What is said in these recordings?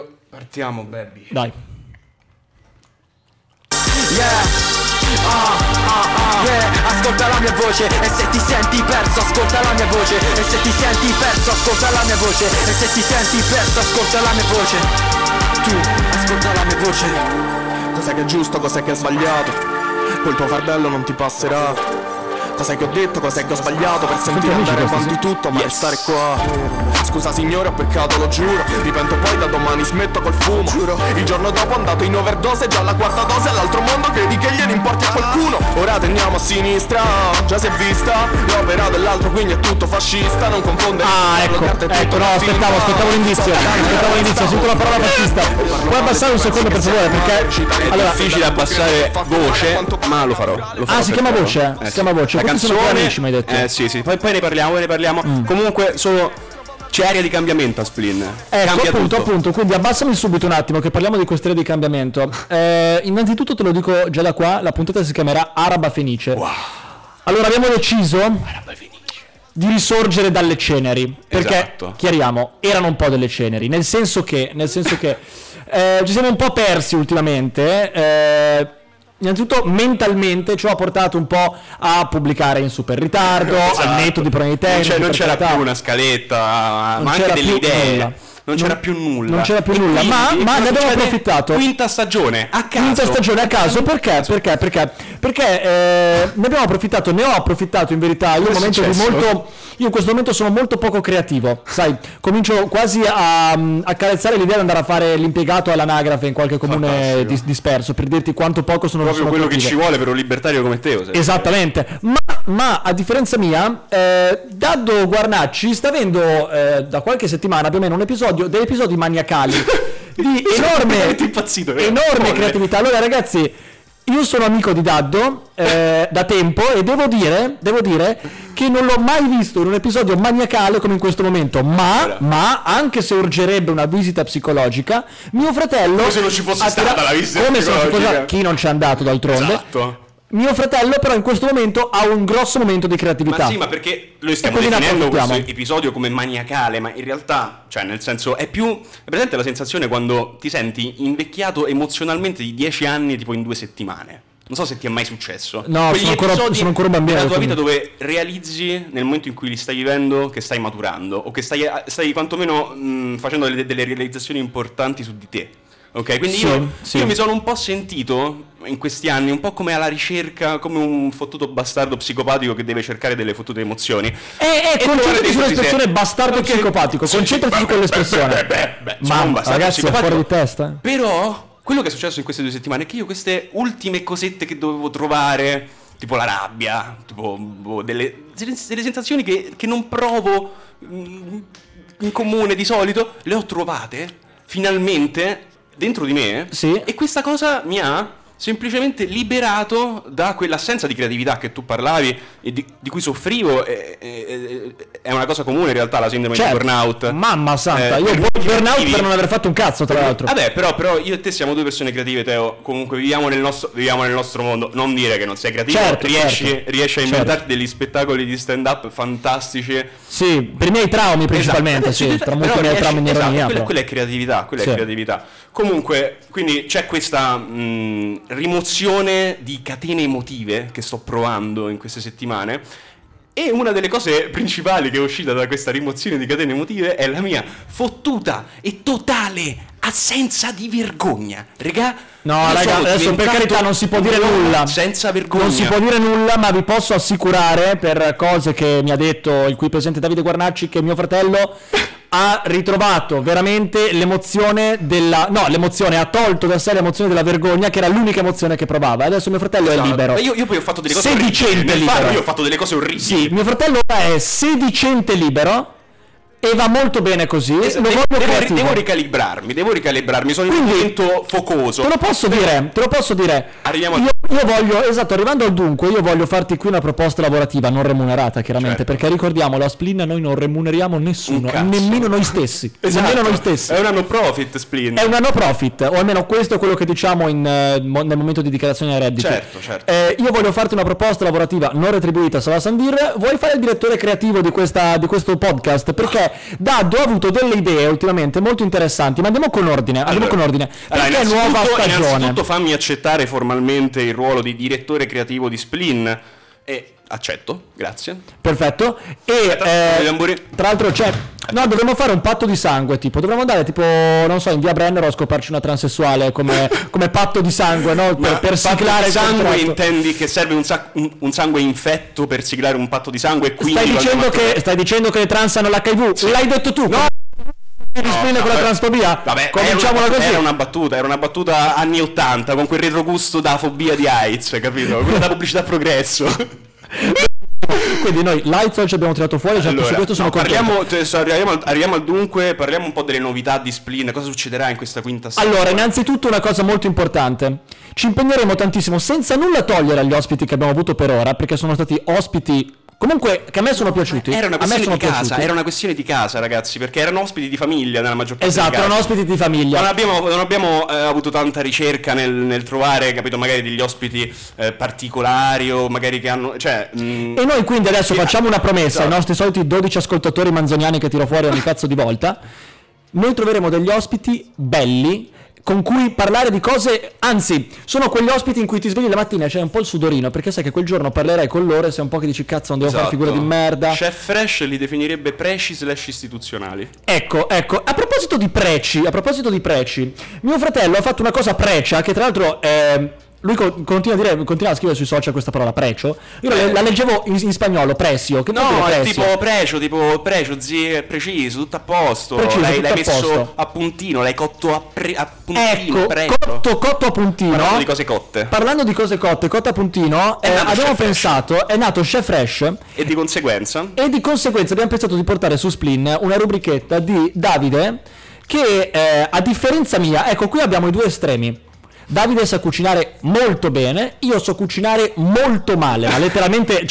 Partiamo, baby. Dai. Ascolta la mia voce e se ti senti perso ascolta la mia voce e se ti senti perso ascolta la mia voce e se ti senti perso ascolta la mia voce. Tu ascolta la mia voce. Cos'è che è giusto, cos'è che è sbagliato? Quel tuo fardello non ti passerà. Cos'è che ho detto, cos'è che ho sbagliato? Per sentire andare avanti tutto ma restare qua. Scusa signore, ho peccato, lo giuro. Ripento poi da domani, smetto col fumo, giuro. Il giorno dopo andato in overdose, già la quarta dose all'altro mondo. Credi che gliene importi a qualcuno? Ora tendiamo a sinistra, già si è vista l'opera dell'altro, quindi è tutto fascista. Non confondere. Ecco, no, aspettavo l'indizio. Sento la parola fascista. Puoi abbassare un secondo per favore, perché È difficile abbassare voce, ma lo farò. si chiama voce? Si chiama voce. La Questi sono canzone, tuoi amici, mi hai detto. sì, poi ne parliamo. Comunque c'è area di cambiamento a Splin. Ecco, appunto, quindi abbassami subito un attimo che parliamo di queste area di cambiamento. Innanzitutto te lo dico già da qua, la puntata si chiamerà Araba Fenice. Wow. Allora abbiamo deciso di risorgere dalle ceneri, perché Esatto. chiariamo, erano un po' delle ceneri, nel senso che ci siamo un po' persi ultimamente. Innanzitutto mentalmente ci ha portato un po' a pubblicare in super ritardo, Esatto. al netto di problemi tecnici. Non c'era per carità. più una scaletta, Non ma c'era anche delle più idee. nulla. Non c'era più nulla. Non c'era più E nulla, quindi ma ne abbiamo succede? approfittato. Quinta stagione, a caso. Quinta stagione a caso, perché? Perché ne abbiamo approfittato, ne ho approfittato in verità. Io in questo momento sono molto poco creativo, sai, comincio quasi a carezzare l'idea di andare a fare l'impiegato all'anagrafe in qualche comune disperso, per dirti quanto poco sono Proprio quello che creativo. ci vuole per un libertario come te, José. Esattamente, ma a differenza mia, Daddo Guarnacci sta avendo da qualche settimana più o meno degli episodi maniacali di veramente impazzito, vero? enorme Folle. creatività. Allora ragazzi, io sono amico di Daddo da tempo e devo dire che non l'ho mai visto in un episodio maniacale come in questo momento, ma anche se urgerebbe una visita psicologica, mio fratello, Come se non ci fosse stata la visita come se non ci fosse psicologica. chi non ci è andato d'altronde. Esatto. Mio fratello però in questo momento ha un grosso momento di creatività. Ma sì, ma perché noi stiamo quindi ne definendo questo approfittiamo. episodio come maniacale, ma in realtà, cioè nel senso, è presente la sensazione quando ti senti invecchiato emozionalmente di 10 anni tipo in 2 settimane? Non so se ti è mai successo. No, Quegli sono episodi ancora un bambino, della tua quindi. vita dove realizzi nel momento in cui li stai vivendo che stai maturando o che stai quantomeno facendo delle realizzazioni importanti su di te. Ok, quindi io mi sono un po' sentito in questi anni un po' come alla ricerca, come un fottuto bastardo psicopatico che deve cercare delle fottute emozioni. Concentrati sull'espressione bastardo psicopatico, concentrati su quell'espressione. Ma ragazzi, è fuori di testa. Però quello che è successo in queste 2 settimane è che io queste ultime cosette che dovevo trovare, tipo la rabbia, tipo delle sensazioni che non provo in comune di solito, le ho trovate finalmente dentro di me. Sì. E questa cosa mi ha semplicemente liberato da quell'assenza di creatività che tu parlavi e di cui soffrivo. È una cosa comune in realtà, la sindrome di burnout. Mamma santa, io per motivi burnout creativi. per non aver fatto un cazzo, tra l'altro. Vabbè, però io e te siamo 2 persone creative, Teo. Comunque viviamo nel nostro mondo. Non dire che non sei creativo. Certo, riesci a inventarti degli spettacoli di stand-up fantastici. Sì, per i miei traumi principalmente, Esatto. sì, tra molti miei traumi in ironia. Quella è creatività, Sì. è creatività. Comunque, quindi c'è questa rimozione di catene emotive che sto provando in queste settimane. E una delle cose principali che è uscita da questa rimozione di catene emotive è la mia fottuta e totale assenza di vergogna. No, io raga, sono adesso per diventato carità non si può dire un uomo nulla. senza vergogna. Non si può dire nulla, ma vi posso assicurare, per cose che mi ha detto il qui presente Davide Guarnacci, che mio fratello ha ritrovato veramente l'emozione ha tolto da sé l'emozione della vergogna, che era l'unica emozione che provava. Adesso mio fratello è libero. Io poi ho fatto delle cose sedicente orribili. Nel libero. farlo io ho fatto delle cose orribili. Sì, mio fratello è sedicente libero e va molto bene così. Devo ricalibrarmi, sono in un Quindi, momento focoso. Te lo posso dire. Arriviamo Io arrivando al dunque, io voglio farti qui una proposta lavorativa non remunerata, chiaramente, certo. perché ricordiamo, la Splin noi non remuneriamo nessuno, nemmeno noi stessi. Esatto. Nemmeno noi stessi. È una no profit Splin. È una no profit, o almeno questo è quello che diciamo nel momento di dichiarazione dei redditi. Certo. Io voglio farti una proposta lavorativa non retribuita, Sava Sandir. Vuoi fare il direttore creativo di questo podcast? Perché Daddo ha avuto delle idee ultimamente molto interessanti, ma andiamo con ordine. Perché è nuova stagione. Innanzitutto fammi accettare formalmente il ruolo di direttore creativo di Splin. E accetto, grazie. Perfetto. E tra l'altro dovremmo fare un patto di sangue, dovremmo andare non so, in via Brennero a scoparci una transessuale come patto di sangue, no? Per siglare il sangue contratto. intendi che serve un sangue infetto per siglare un patto di sangue e quindi stai dicendo che le trans hanno l'HIV? Sì. L'hai detto tu? No. Con la transfobia? Vabbè, cominciamola così. Era una battuta anni 80 con quel retrogusto da fobia di AIDS, capito? Quella da pubblicità progresso. Quindi noi l'AIDS oggi abbiamo tirato fuori, su questo sono contento. Arriviamo al dunque, parliamo un po' delle novità di Splin, cosa succederà in questa quinta stagione. Allora, innanzitutto una cosa molto importante, ci impegneremo tantissimo, senza nulla togliere agli ospiti che abbiamo avuto per ora, perché sono stati ospiti comunque che a me sono piaciuti. Era una questione di casa, ragazzi, perché erano ospiti di famiglia nella maggior parte dei casi. Erano ospiti di famiglia. Non abbiamo avuto tanta ricerca nel trovare, capito, magari degli ospiti particolari o magari che hanno, E noi quindi adesso facciamo una promessa ai nostri soliti 12 ascoltatori manzoniani che tiro fuori ogni cazzo di volta. Noi troveremo degli ospiti belli con cui parlare di cose, anzi, sono quegli ospiti in cui ti svegli la mattina e c'è un po' il sudorino, perché sai che quel giorno parlerai con loro e sei un po' che dici cazzo, non devo fare figura di merda. Chef Fresh li definirebbe preci/istituzionali. Ecco, a proposito di preci, mio fratello ha fatto una cosa precia, che tra l'altro lui continua a scrivere sui social questa parola precio. Io la leggevo in spagnolo, precio. Che no, è precio? tipo precio, zie, preciso, tutto a posto. L'hai messo a puntino, l'hai cotto a puntino. Ecco, cotto a puntino. Parlando di cose cotte. Cotto a puntino, abbiamo pensato, è nato Chef Fresh. E di conseguenza abbiamo pensato di portare su Splin una rubrichetta di Davide che, a differenza mia, ecco, qui abbiamo i due estremi. Davide sa cucinare molto bene, io so cucinare molto male, ma letteralmente,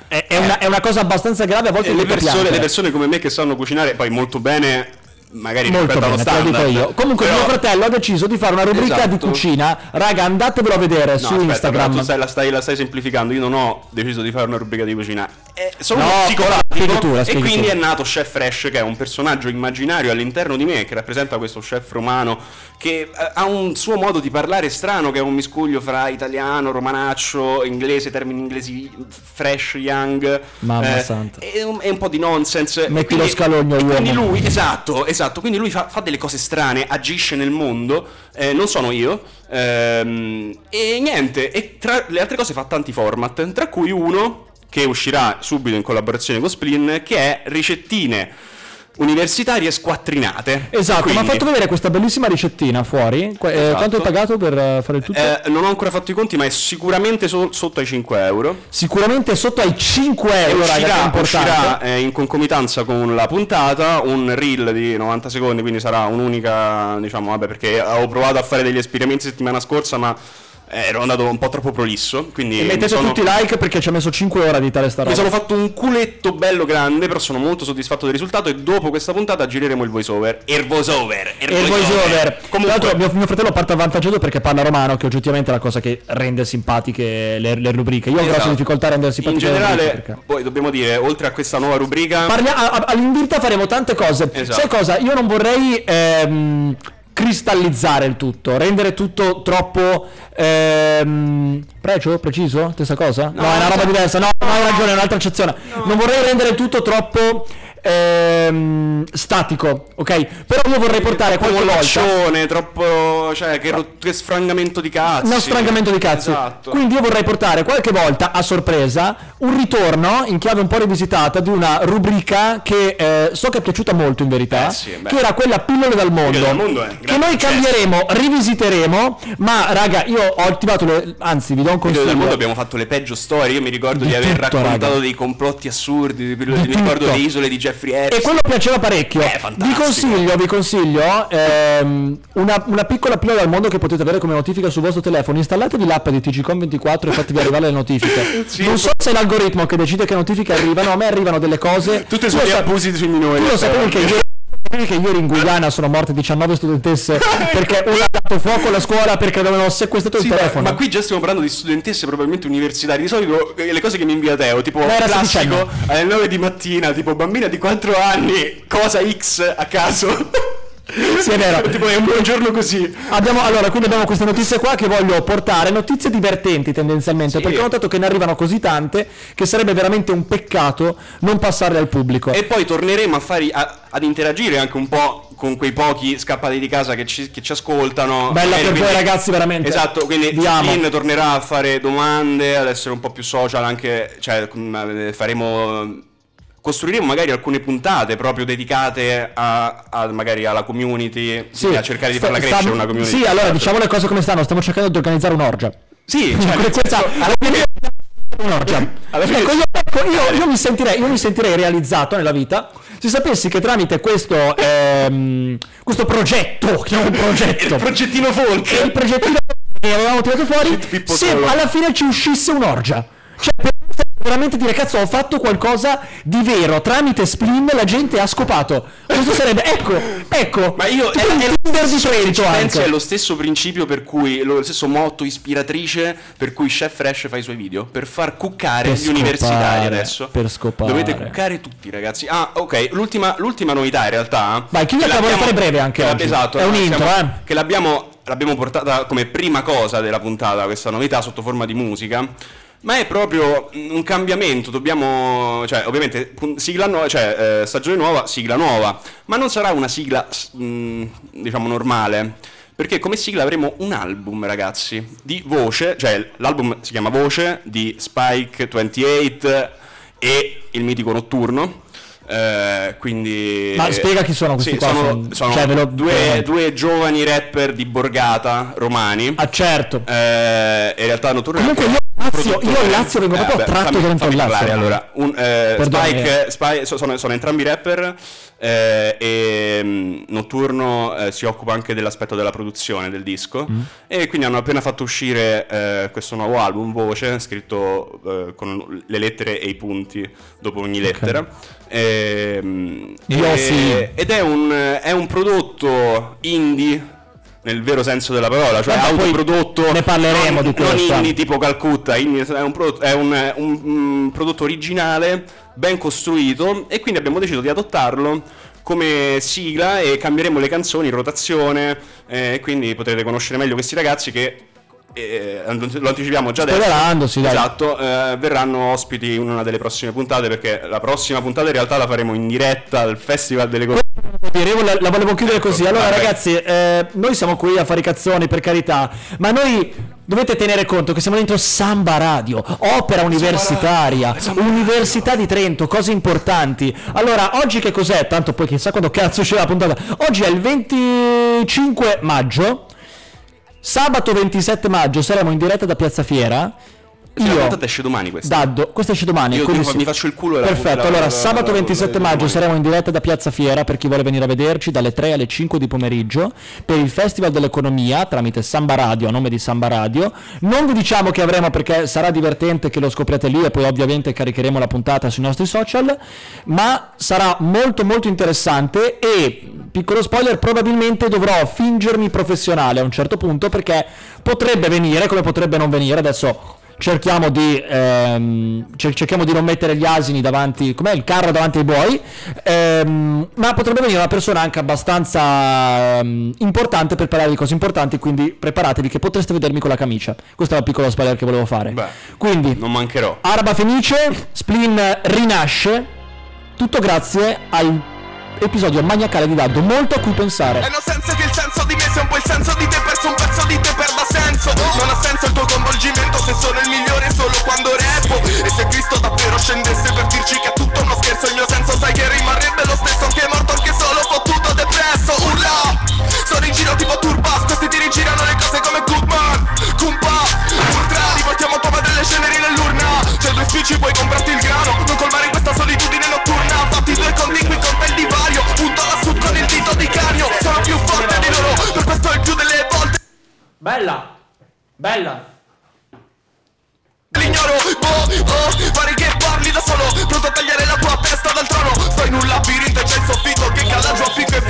è una cosa abbastanza grave, a volte le persone come me che sanno cucinare poi molto bene, magari molto rispetto allo standard. Te lo dico io. Comunque mio fratello ha deciso di fare una rubrica di cucina. Raga, andatevelo a vedere su Instagram. Tu la stai semplificando. Io non ho deciso di fare una rubrica di cucina. Sono uno psicologico e quindi è nato Chef Fresh, che è un personaggio immaginario all'interno di me, che rappresenta questo chef romano che ha un suo modo di parlare strano, che è un miscuglio fra italiano, romanaccio, inglese, termini inglesi, fresh, young. Mamma santa. È un po' di nonsense. Metti lo scalogno uomo. Quindi lui, esatto, quindi lui fa delle cose strane, agisce nel mondo, non sono io, e niente, e tra le altre cose fa tanti format, tra cui uno che uscirà subito in collaborazione con Splin, che è ricettine universitarie squattrinate. Esatto, quindi mi ha fatto vedere questa bellissima ricettina fuori. Quanto hai pagato per fare il tutto? Non ho ancora fatto i conti, ma è sicuramente sotto ai 5 euro. Sicuramente sotto ai 5 euro, uscirà in concomitanza con la puntata un reel di 90 secondi, quindi sarà un'unica, perché avevo provato a fare degli esperimenti settimana scorsa, ma ero andato un po' troppo prolisso, quindi e mettete tutti i like perché ci ha messo 5 ore a editare sta roba. Mi sono fatto un culetto bello grande, però sono molto soddisfatto del risultato, e dopo questa puntata gireremo il voiceover. Comunque, tra l'altro mio fratello parte avvantaggiato perché parla romano, che oggettivamente è la cosa che rende simpatiche le rubriche. Io ho grosse difficoltà a rendere simpatiche in generale. Poi dobbiamo dire, oltre a questa nuova rubrica, all'Invirta faremo tante cose. Sai cosa? Io non vorrei cristallizzare il tutto, rendere tutto troppo preciso? Stessa cosa? No, è una roba diversa. No, hai ragione, è un'altra accezione. Non vorrei rendere il tutto troppo statico, ok? Però io vorrei portare qualche volta troppo, che sfrangamento di cazzi. No, sfrangamento di cazzi. Esatto. Quindi io vorrei portare qualche volta a sorpresa un ritorno in chiave un po' rivisitata di una rubrica che so che è piaciuta molto in verità, che era quella Pillole dal mondo, che noi cambieremo, rivisiteremo, ma raga, io ho attivato anzi vi do un consiglio. Del mondo abbiamo fatto le peggio storie. Io mi ricordo di aver raccontato dei complotti assurdi, mi ricordo le isole di Jeff Jeffrey Epstein. E quello piaceva parecchio. Vi consiglio una piccola pillola al mondo che potete avere come notifica sul vostro telefono. Installatevi l'app di TGCom24 e fatevi arrivare le notifiche. Non so se è l'algoritmo che decide che notifiche arrivano. A me arrivano delle cose tutte sugli abusi sui minori. Tu lo sapevi che ieri in Guyana sono morte 19 studentesse perché una ha dato fuoco alla scuola perché avevano sequestrato il telefono. Ma qui già stiamo parlando di studentesse probabilmente universitarie. Di solito le cose che mi invia Teo, tipo classico alle 9 di mattina, tipo bambina di 4 anni, cosa X a caso. Sì, è vero. Tipo è un buongiorno così. Quindi abbiamo queste notizie qua che voglio portare, notizie divertenti tendenzialmente, perché ho notato che ne arrivano così tante che sarebbe veramente un peccato non passarle al pubblico. E poi torneremo ad interagire anche un po' con quei pochi scappati di casa che ci ascoltano. Bella per voi ragazzi, veramente. Esatto, quindi Spin tornerà a fare domande, ad essere un po' più social anche, cioè costruiremo magari alcune puntate proprio dedicate magari alla community, a cercare di farla crescere una community. Sì, allora diciamo le cose come stanno, stiamo cercando di organizzare un'orgia. Sì, io mi sentirei realizzato nella vita se sapessi che tramite questo progetto, chiamo un progetto, il progettino folk, che avevamo tirato fuori, se alla fine ci uscisse un'orgia, cioè veramente dire cazzo ho fatto qualcosa di vero tramite Spleen, la gente ha scopato, questo sarebbe ecco ma io è lo stesso principio per cui lo stesso motto ispiratrice per cui Chef Fresh fa i suoi video, per far cuccare gli universitari adesso, per scopare, dovete cuccare tutti ragazzi. Ok, l'ultima novità in realtà, vai, chi la vuole fare breve anche oggi. Esatto, è un intro che l'abbiamo portata come prima cosa della puntata, questa novità sotto forma di musica. Ma è proprio un cambiamento, ovviamente sigla stagione nuova, sigla nuova, ma non sarà una sigla diciamo normale, perché come sigla avremo un album ragazzi, di voce, cioè l'album si chiama Voce di Spike 28 e il mitico Notturno. Quindi ma spiega chi sono questi qua? Sono due giovani rapper di Borgata romani. Certo. In realtà Notturno comunque io il Lazio vengo proprio tratto dentro il Lazio. Allora, Spike sono entrambi rapper, e Notturno si occupa anche dell'aspetto della produzione del disco, e quindi hanno appena fatto uscire questo nuovo album Voce, scritto con le lettere e i punti dopo ogni lettera. Ed è un prodotto indie nel vero senso della parola, cioè autoprodotto. Ne parleremo di questo. Non indie tipo Calcutta, è un prodotto originale, ben costruito, e quindi abbiamo deciso di adottarlo come sigla e cambieremo le canzoni in rotazione, quindi potrete conoscere meglio questi ragazzi che lo anticipiamo già adesso. Esatto, verranno ospiti in una delle prossime puntate, perché la prossima puntata in realtà la faremo in diretta al Festival delle Cose. La volevo chiudere così. Allora ragazzi, noi siamo qui a fare i cazzoni, per carità, ma noi dovete tenere conto che siamo dentro Samba Radio, opera universitaria, Università di Trento, cose importanti. Allora, oggi che cos'è? Tanto poi chissà quando cazzo uscirà la puntata. Oggi è il 25 maggio. Sabato 27 maggio saremo in diretta da Piazza Fiera. La puntata esce domani questa. Questa esce domani. Io mi faccio il culo. Perfetto, allora sabato 27 maggio saremo in diretta da Piazza Fiera, per chi vuole venire a vederci, dalle 3 alle 5 di pomeriggio, per il Festival dell'Economia tramite Samba Radio, a nome di Samba Radio. Non vi diciamo che avremo, perché sarà divertente, che lo scopriate lì, e poi ovviamente caricheremo la puntata sui nostri social, ma sarà molto molto interessante. E piccolo spoiler, probabilmente dovrò fingermi professionale a un certo punto, perché potrebbe venire come potrebbe non venire. Adesso cerchiamo di non mettere gli asini davanti, com'è, il carro davanti ai buoi, ma potrebbe venire una persona anche abbastanza importante per parlare di cose importanti, quindi preparatevi che potreste vedermi con la camicia. Questo è un piccolo spoiler che volevo fare. Quindi non mancherò. Araba Fenice, Spleen rinasce, tutto grazie al episodio maniacale di Daddo, molto a cui pensare. E non senso che il senso di me sia un po' il senso di te, perso un pezzo di te perda senso. Non ha senso il tuo coinvolgimento se sono il migliore solo quando rappo. E se Cristo davvero scendesse per dirci che è tutto uno scherzo, il mio senso sai che rimarrebbe lo stesso, anche morto, anche solo fottuto depresso. Urla, sono in giro tipo Turbas, questi ti rigirano le cose come Goodman, Kumpa, Ultra, riportiamo come delle ceneri nell'urna. C'è due spicci, puoi comprarti il grano, non colmare questa solitudine notturna. Fatti due conti bella. Bella. L'ignoro, pare che parli da solo, pronto a tagliare la tua testa dal trono. Sto in un labirinto e c'è il soffitto che cala giù a picco e